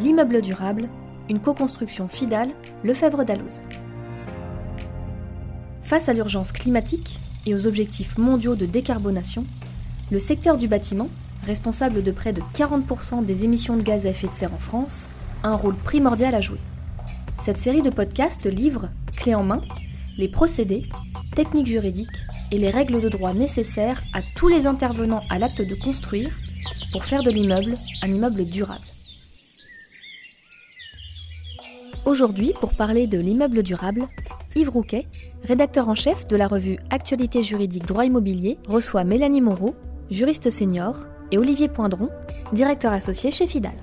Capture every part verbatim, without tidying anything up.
L'immeuble durable, une co-construction Fidal, Lefebvre Dalloz. Face à l'urgence climatique et aux objectifs mondiaux de décarbonation, le secteur du bâtiment, responsable de près de quarante pour cent des émissions de gaz à effet de serre en France, a un rôle primordial à jouer. Cette série de podcasts livre, clé en main, les procédés, techniques juridiques et les règles de droit nécessaires à tous les intervenants à l'acte de construire pour faire de l'immeuble un immeuble durable. Aujourd'hui, pour parler de l'immeuble durable, Yves Rouquet, rédacteur en chef de la revue Actualité juridique droit immobilier, reçoit Mélanie Moreau, juriste senior, et Olivier Poindron, directeur associé chez Fidal.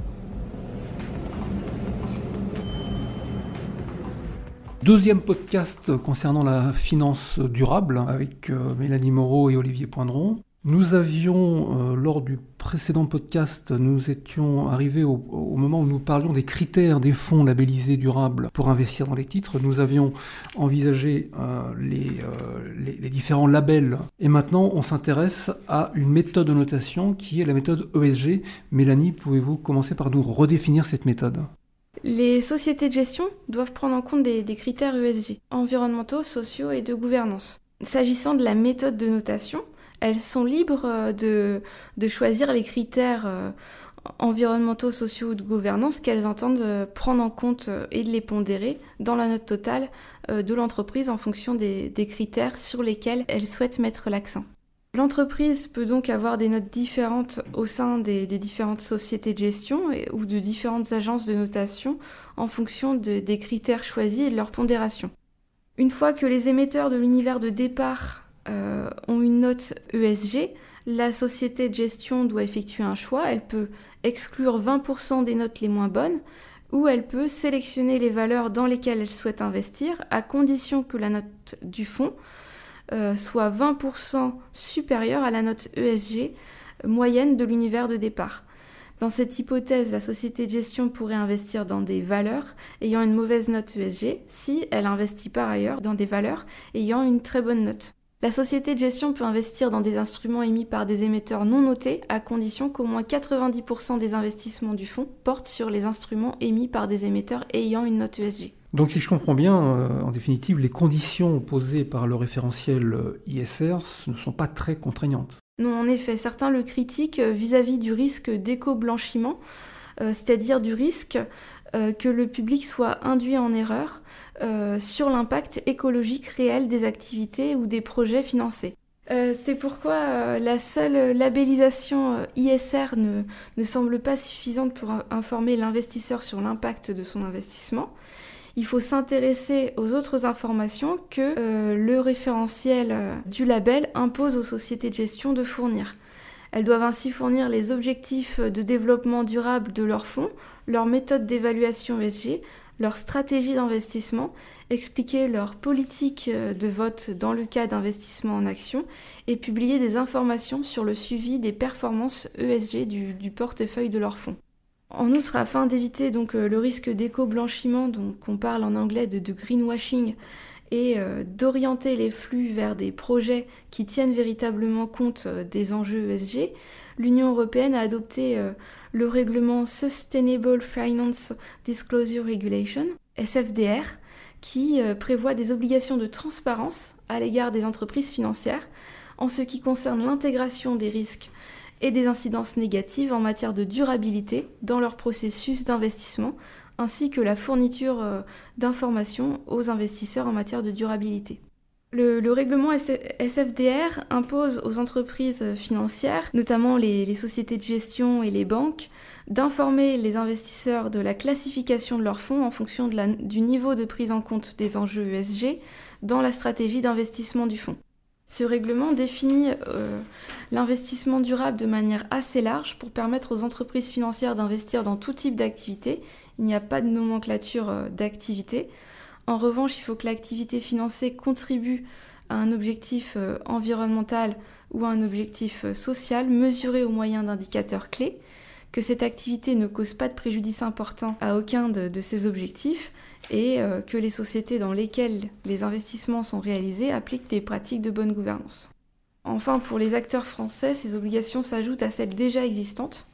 Deuxième podcast concernant la finance durable avec euh, Mélanie Moreau et Olivier Poindron. Nous avions, euh, lors du précédent podcast, nous étions arrivés au, au moment où nous parlions des critères des fonds labellisés durables pour investir dans les titres. Nous avions envisagé euh, les, euh, les, les différents labels. Et maintenant, on s'intéresse à une méthode de notation qui est la méthode E S G. Mélanie, pouvez-vous commencer par nous redéfinir cette méthode ? Les sociétés de gestion doivent prendre en compte des, des critères E S G, environnementaux, sociaux et de gouvernance. S'agissant de la méthode de notation, elles sont libres de, de choisir les critères euh, environnementaux, sociaux ou de gouvernance qu'elles entendent prendre en compte et de les pondérer dans la note totale euh, de l'entreprise en fonction des, des critères sur lesquels elles souhaitent mettre l'accent. L'entreprise peut donc avoir des notes différentes au sein des, des différentes sociétés de gestion et, ou de différentes agences de notation en fonction de, des critères choisis et de leur pondération. Une fois que les émetteurs de l'univers de départ euh, ont une note E S G, la société de gestion doit effectuer un choix. Elle peut exclure vingt pour cent des notes les moins bonnes ou elle peut sélectionner les valeurs dans lesquelles elle souhaite investir à condition que la note du fonds Euh, soit vingt pour cent supérieure à la note E S G euh, moyenne de l'univers de départ. Dans cette hypothèse, la société de gestion pourrait investir dans des valeurs ayant une mauvaise note E S G si elle investit par ailleurs dans des valeurs ayant une très bonne note. La société de gestion peut investir dans des instruments émis par des émetteurs non notés à condition qu'au moins quatre-vingt-dix pour cent des investissements du fonds portent sur les instruments émis par des émetteurs ayant une note E S G. Donc si je comprends bien, euh, en définitive, les conditions posées par le référentiel euh, I S R ne sont pas très contraignantes. Non, en effet, certains le critiquent vis-à-vis du risque d'éco-blanchiment, euh, c'est-à-dire du risque euh, que le public soit induit en erreur euh, sur l'impact écologique réel des activités ou des projets financés. Euh, c'est pourquoi euh, la seule labellisation euh, I S R ne, ne semble pas suffisante pour informer l'investisseur sur l'impact de son investissement. Il faut s'intéresser aux autres informations que euh, le référentiel euh, du label impose aux sociétés de gestion de fournir. Elles doivent ainsi fournir les objectifs de développement durable de leurs fonds, leur méthode d'évaluation E S G, leur stratégie d'investissement, expliquer leur politique de vote dans le cas d'investissement en actions et publier des informations sur le suivi des performances E S G du, du portefeuille de leurs fonds. En outre, afin d'éviter donc euh, le risque d'éco-blanchiment, donc on parle en anglais de, de greenwashing, et euh, d'orienter les flux vers des projets qui tiennent véritablement compte euh, des enjeux E S G, l'Union européenne a adopté euh, le règlement Sustainable Finance Disclosure Regulation, S F D R, qui euh, prévoit des obligations de transparence à l'égard des entreprises financières en ce qui concerne l'intégration des risques et des incidences négatives en matière de durabilité dans leur processus d'investissement, ainsi que la fourniture euh, d'informations aux investisseurs en matière de durabilité. Le, le règlement S F D R impose aux entreprises financières, notamment les, les sociétés de gestion et les banques, d'informer les investisseurs de la classification de leurs fonds en fonction de la, du niveau de prise en compte des enjeux E S G dans la stratégie d'investissement du fonds. Ce règlement définit euh, l'investissement durable de manière assez large pour permettre aux entreprises financières d'investir dans tout type d'activité. Il n'y a pas de nomenclature euh, d'activité. En revanche, il faut que l'activité financée contribue à un objectif euh, environnemental ou à un objectif euh, social mesuré au moyen d'indicateurs clés, que cette activité ne cause pas de préjudice important à aucun de, de ces objectifs et euh, que les sociétés dans lesquelles les investissements sont réalisés appliquent des pratiques de bonne gouvernance. Enfin, pour les acteurs français, ces obligations s'ajoutent à celles déjà existantes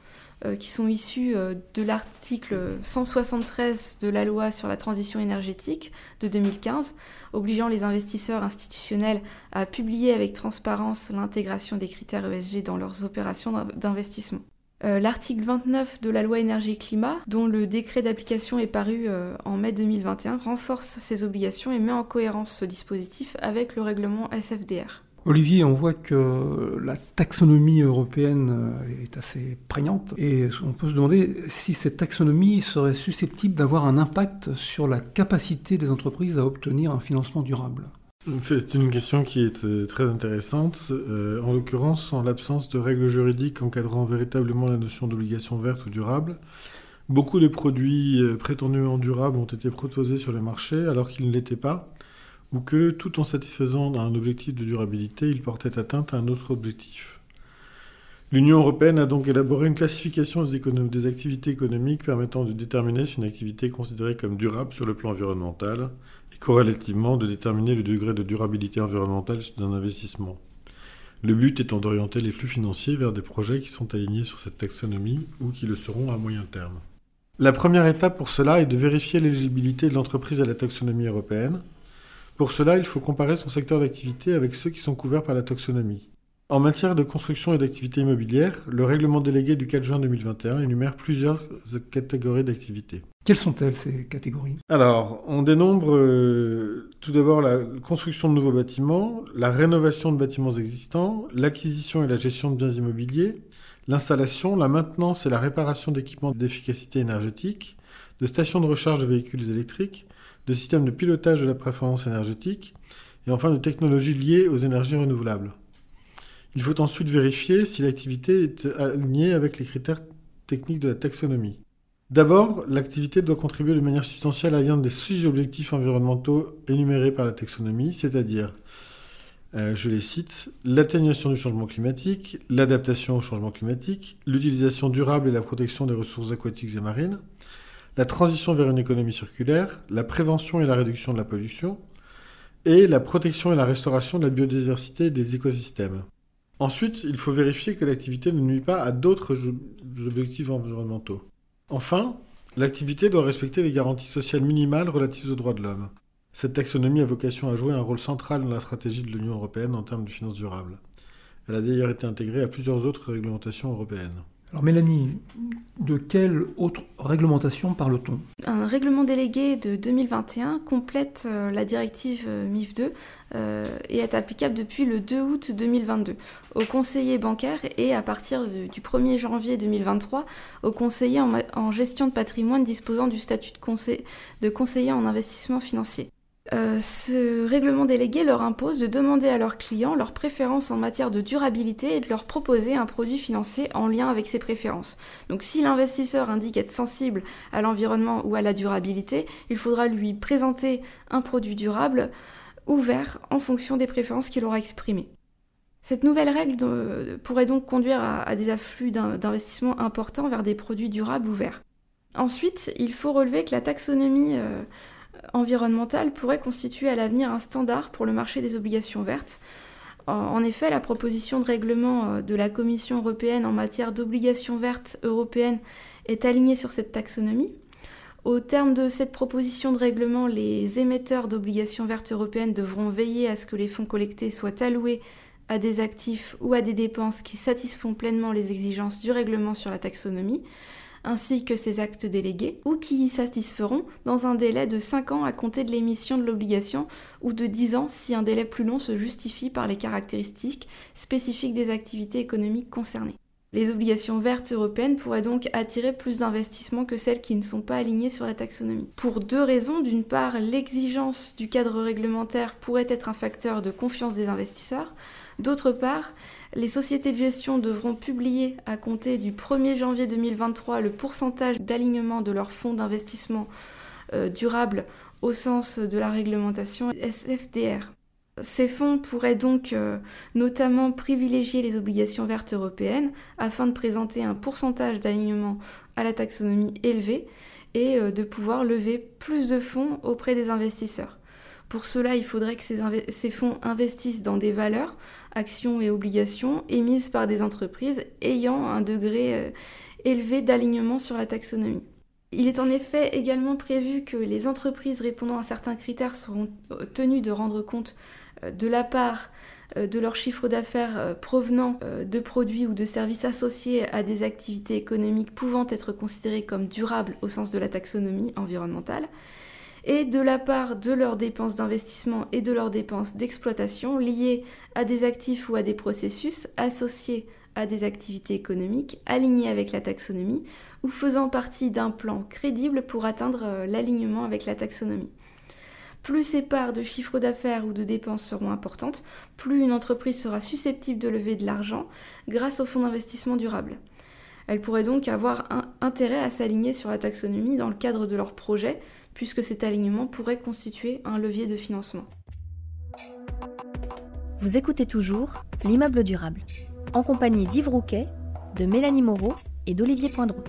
euh, qui sont issus euh, de l'article cent soixante-treize de la loi sur la transition énergétique de deux mille quinze, obligeant les investisseurs institutionnels à publier avec transparence l'intégration des critères E S G dans leurs opérations d'investissement. Euh, l'article vingt-neuf de la loi énergie-climat, dont le décret d'application est paru euh, en mai deux mille vingt et un, renforce ces obligations et met en cohérence ce dispositif avec le règlement S F D R. Olivier, on voit que la taxonomie européenne est assez prégnante et on peut se demander si cette taxonomie serait susceptible d'avoir un impact sur la capacité des entreprises à obtenir un financement durable. C'est une question qui est très intéressante. Euh, en l'occurrence, en l'absence de règles juridiques encadrant véritablement la notion d'obligation verte ou durable, beaucoup de produits prétendument durables ont été proposés sur le marché alors qu'ils ne l'étaient pas, ou que, tout en satisfaisant un objectif de durabilité, ils portaient atteinte à un autre objectif. L'Union européenne a donc élaboré une classification des, économ- des activités économiques permettant de déterminer si une activité est considérée comme durable sur le plan environnemental et corrélativement de déterminer le degré de durabilité environnementale d'un investissement. Le but étant d'orienter les flux financiers vers des projets qui sont alignés sur cette taxonomie ou qui le seront à moyen terme. La première étape pour cela est de vérifier l'éligibilité de l'entreprise à la taxonomie européenne. Pour cela, il faut comparer son secteur d'activité avec ceux qui sont couverts par la taxonomie. En matière de construction et d'activité immobilière, le règlement délégué du quatre juin deux mille vingt et un énumère plusieurs catégories d'activités. Quelles sont-elles, ces catégories ? Alors, on dénombre euh, tout d'abord la construction de nouveaux bâtiments, la rénovation de bâtiments existants, l'acquisition et la gestion de biens immobiliers, l'installation, la maintenance et la réparation d'équipements d'efficacité énergétique, de stations de recharge de véhicules électriques, de systèmes de pilotage de la performance énergétique, et enfin de technologies liées aux énergies renouvelables. Il faut ensuite vérifier si l'activité est alignée avec les critères techniques de la taxonomie. D'abord, l'activité doit contribuer de manière substantielle à l'un des six objectifs environnementaux énumérés par la taxonomie, c'est-à-dire, euh, je les cite, l'atténuation du changement climatique, l'adaptation au changement climatique, l'utilisation durable et la protection des ressources aquatiques et marines, la transition vers une économie circulaire, la prévention et la réduction de la pollution, et la protection et la restauration de la biodiversité et des écosystèmes. Ensuite, il faut vérifier que l'activité ne nuit pas à d'autres objectifs environnementaux. Enfin, l'activité doit respecter les garanties sociales minimales relatives aux droits de l'homme. Cette taxonomie a vocation à jouer un rôle central dans la stratégie de l'Union européenne en termes de finances durables. Elle a d'ailleurs été intégrée à plusieurs autres réglementations européennes. Alors Mélanie, de quelle autre réglementation parle-t-on ? Un règlement délégué de deux mille vingt et un complète euh, la directive euh, M I F deux euh, et est applicable depuis le deux août deux mille vingt-deux aux conseillers bancaires et à partir de, du premier janvier deux mille vingt-trois aux conseillers en, ma- en gestion de patrimoine disposant du statut de, conseil- de conseiller en investissement financier. Euh, ce règlement délégué leur impose de demander à leurs clients leurs préférences en matière de durabilité et de leur proposer un produit financier en lien avec ces préférences. Donc si l'investisseur indique être sensible à l'environnement ou à la durabilité, il faudra lui présenter un produit durable ouvert en fonction des préférences qu'il aura exprimées. Cette nouvelle règle de, pourrait donc conduire à, à des afflux d'investissements importants vers des produits durables ouverts. Ensuite, il faut relever que la taxonomie euh, environnementale pourrait constituer à l'avenir un standard pour le marché des obligations vertes. En effet, la proposition de règlement de la Commission européenne en matière d'obligations vertes européennes est alignée sur cette taxonomie. Au terme de cette proposition de règlement, les émetteurs d'obligations vertes européennes devront veiller à ce que les fonds collectés soient alloués à des actifs ou à des dépenses qui satisfont pleinement les exigences du règlement sur la taxonomie, ainsi que ses actes délégués, ou qui y satisferont dans un délai de cinq ans à compter de l'émission de l'obligation, ou de dix ans si un délai plus long se justifie par les caractéristiques spécifiques des activités économiques concernées. Les obligations vertes européennes pourraient donc attirer plus d'investissements que celles qui ne sont pas alignées sur la taxonomie. Pour deux raisons. D'une part, l'exigence du cadre réglementaire pourrait être un facteur de confiance des investisseurs. D'autre part, les sociétés de gestion devront publier à compter du premier janvier deux mille vingt-trois le pourcentage d'alignement de leurs fonds d'investissement euh, durables au sens de la réglementation S F D R. Ces fonds pourraient donc euh, notamment privilégier les obligations vertes européennes afin de présenter un pourcentage d'alignement à la taxonomie élevé et euh, de pouvoir lever plus de fonds auprès des investisseurs. Pour cela, il faudrait que ces, inv- ces fonds investissent dans des valeurs actions et obligations émises par des entreprises ayant un degré euh, élevé d'alignement sur la taxonomie. Il est en effet également prévu que les entreprises répondant à certains critères seront tenues de rendre compte euh, de la part euh, de leur chiffre d'affaires euh, provenant euh, de produits ou de services associés à des activités économiques pouvant être considérées comme durables au sens de la taxonomie environnementale, et de la part de leurs dépenses d'investissement et de leurs dépenses d'exploitation liées à des actifs ou à des processus associés à des activités économiques alignées avec la taxonomie ou faisant partie d'un plan crédible pour atteindre l'alignement avec la taxonomie. Plus ces parts de chiffre d'affaires ou de dépenses seront importantes, plus une entreprise sera susceptible de lever de l'argent grâce au fonds d'investissement durable. Elle pourrait donc avoir un intérêt à s'aligner sur la taxonomie dans le cadre de leur projet, puisque cet alignement pourrait constituer un levier de financement. Vous écoutez toujours L'immeuble durable, en compagnie d'Yves Rouquet, de Mélanie Moreau et d'Olivier Poindron.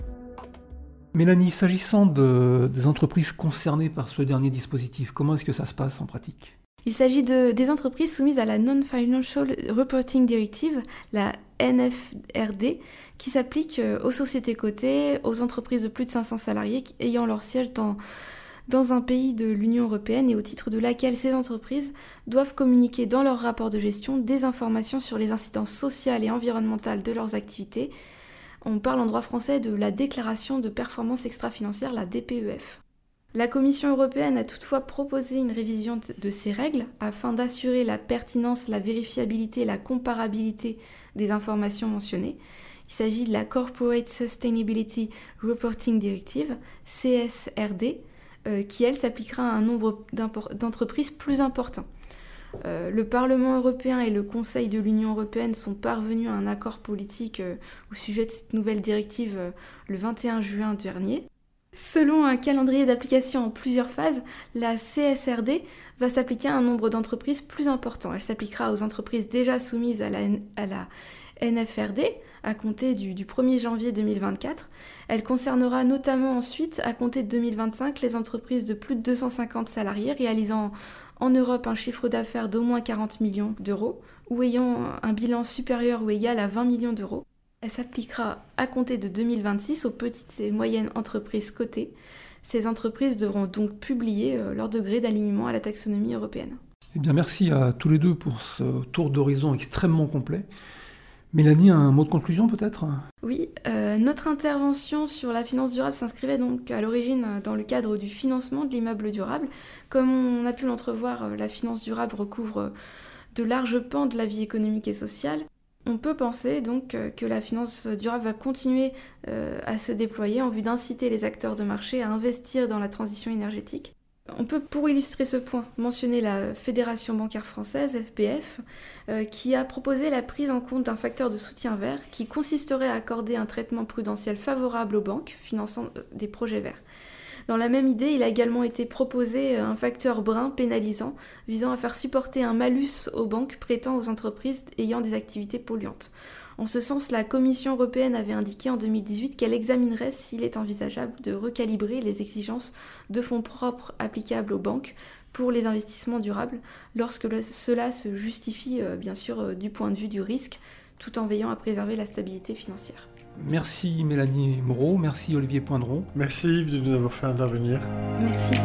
Mélanie, s'agissant de, des entreprises concernées par ce dernier dispositif, comment est-ce que ça se passe en pratique ? Il s'agit de, des entreprises soumises à la Non-Financial Reporting Directive, la N F R D, qui s'applique aux sociétés cotées, aux entreprises de plus de cinq cents salariés ayant leur siège dans, dans un pays de l'Union européenne et au titre de laquelle ces entreprises doivent communiquer dans leur rapport de gestion des informations sur les incidences sociales et environnementales de leurs activités. On parle en droit français de la déclaration de performance extra-financière, la D P E F. La Commission européenne a toutefois proposé une révision de ces règles afin d'assurer la pertinence, la vérifiabilité et la comparabilité des informations mentionnées. Il s'agit de la Corporate Sustainability Reporting Directive, C S R D, euh, qui elle s'appliquera à un nombre d'entreprises plus important. Euh, le Parlement européen et le Conseil de l'Union européenne sont parvenus à un accord politique euh, au sujet de cette nouvelle directive euh, le vingt et un juin dernier. Selon un calendrier d'application en plusieurs phases, la C S R D va s'appliquer à un nombre d'entreprises plus important. Elle s'appliquera aux entreprises déjà soumises à la, à la N F R D à compter du, du premier janvier deux mille vingt-quatre. Elle concernera notamment ensuite, à compter de deux mille vingt-cinq, les entreprises de plus de deux cent cinquante salariés réalisant en Europe un chiffre d'affaires d'au moins quarante millions d'euros ou ayant un bilan supérieur ou égal à vingt millions d'euros. Elle s'appliquera à compter de deux mille vingt-six aux petites et moyennes entreprises cotées. Ces entreprises devront donc publier leur degré d'alignement à la taxonomie européenne. Eh bien, merci à tous les deux pour ce tour d'horizon extrêmement complet. Mélanie, un mot de conclusion peut-être ? Oui, euh, notre intervention sur la finance durable s'inscrivait donc à l'origine dans le cadre du financement de l'immeuble durable. Comme on a pu l'entrevoir, la finance durable recouvre de larges pans de la vie économique et sociale. On peut penser donc que la finance durable va continuer euh, à se déployer en vue d'inciter les acteurs de marché à investir dans la transition énergétique. On peut, pour illustrer ce point, mentionner la Fédération bancaire française, F B F, euh, qui a proposé la prise en compte d'un facteur de soutien vert qui consisterait à accorder un traitement prudentiel favorable aux banques finançant des projets verts. Dans la même idée, il a également été proposé un facteur brun pénalisant visant à faire supporter un malus aux banques prêtant aux entreprises ayant des activités polluantes. En ce sens, la Commission européenne avait indiqué en deux mille dix-huit qu'elle examinerait s'il est envisageable de recalibrer les exigences de fonds propres applicables aux banques pour les investissements durables, lorsque le, cela se justifie euh, bien sûr euh, du point de vue du risque, tout en veillant à préserver la stabilité financière. Merci Mélanie Moreau, merci Olivier Poindron. Merci Yves de nous avoir fait intervenir. Merci.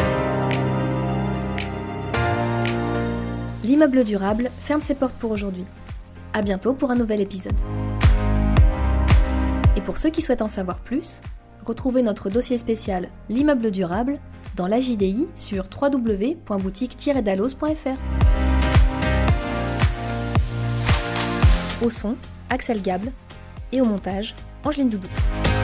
L'immeuble durable ferme ses portes pour aujourd'hui. À bientôt pour un nouvel épisode. Et pour ceux qui souhaitent en savoir plus, retrouvez notre dossier spécial L'immeuble durable dans l'A J D I sur w w w point boutique tiret dalloz point f r. Au son, Axel Gable, et au montage, Angeline Doudou.